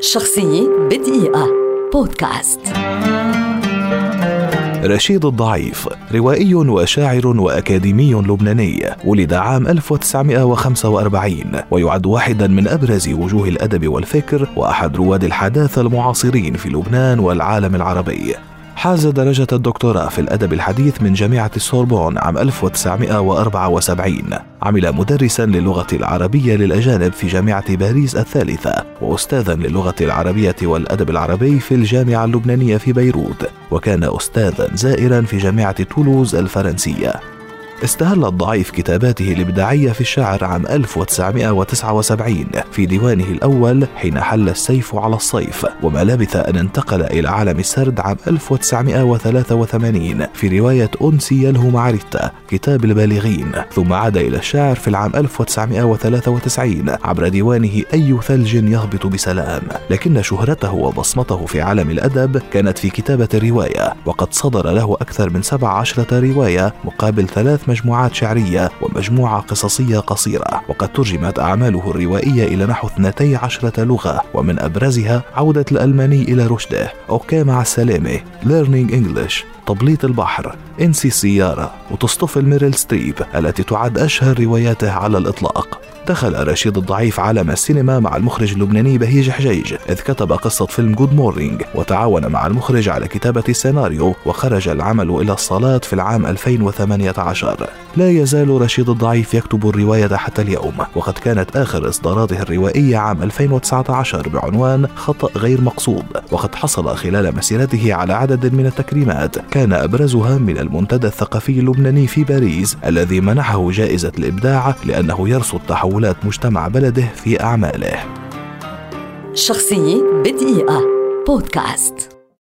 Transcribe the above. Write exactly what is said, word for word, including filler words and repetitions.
شخصية بدقيقة بودكاست. رشيد الضعيف روائي وشاعر وأكاديمي لبناني، ولد عام ألف وتسعمائة وخمسة وأربعين، ويعد واحدا من أبرز وجوه الأدب والفكر وأحد رواد الحداثة المعاصرين في لبنان والعالم العربي. حاز درجة الدكتوراه في الأدب الحديث من جامعة السوربون عام ألف وتسعمائة وأربعة وسبعين. عمل مدرسا للغة العربية للأجانب في جامعة باريس الثالثة، وأستاذا للغة العربية والأدب العربي في الجامعة اللبنانية في بيروت، وكان أستاذا زائرا في جامعة تولوز الفرنسية. استهل الضعيف كتاباته الإبداعية في الشعر عام ألف وتسعمائة وتسعة وسبعين في ديوانه الأول حين حل السيف على الصيف، وما لبث أن انتقل إلى عالم السرد عام ألف وتسعمائة وثلاثة وثمانين في رواية أنسي يلهو معرفة كتاب البالغين، ثم عاد إلى الشعر في العام ألف وتسعمائة وثلاثة وتسعين عبر ديوانه أي ثلج يهبط بسلام. لكن شهرته وبصمته في عالم الأدب كانت في كتابة الرواية، وقد صدر له أكثر من سبع عشرة رواية مقابل ثلاث مجموعات شعرية ومجموعة قصصية قصيرة، وقد ترجمت أعماله الروائية إلى نحو اثنتي عشرة لغة، ومن أبرزها عودة الألماني إلى رشده، أوكي مع السلامة، Learning English، تبليط البحر، انسي السيارة، وتصطف الميريل ستريب التي تعد أشهر رواياته على الإطلاق. دخل رشيد الضعيف عالم السينما مع المخرج اللبناني بهيج حجيج، إذ كتب قصة فيلم جود مورنينج، وتعاون مع المخرج على كتابة السيناريو، وخرج العمل إلى الصالات في العام ألفين وثمانية عشر. لا يزال رشيد الضعيف يكتب الرواية حتى اليوم، وقد كانت آخر إصداراته الروائية عام ألفين وتسعة عشر بعنوان خطأ غير مقصود، وقد حصل خلال مسيرته على عدد من التكريمات، كان أبرزها من المنتدى الثقافي اللبناني في باريس الذي منحه جائزة الإبداع لأنه يرصد تحولات مجتمع بلده في أعماله. شخصية بدقيقة بودكاست.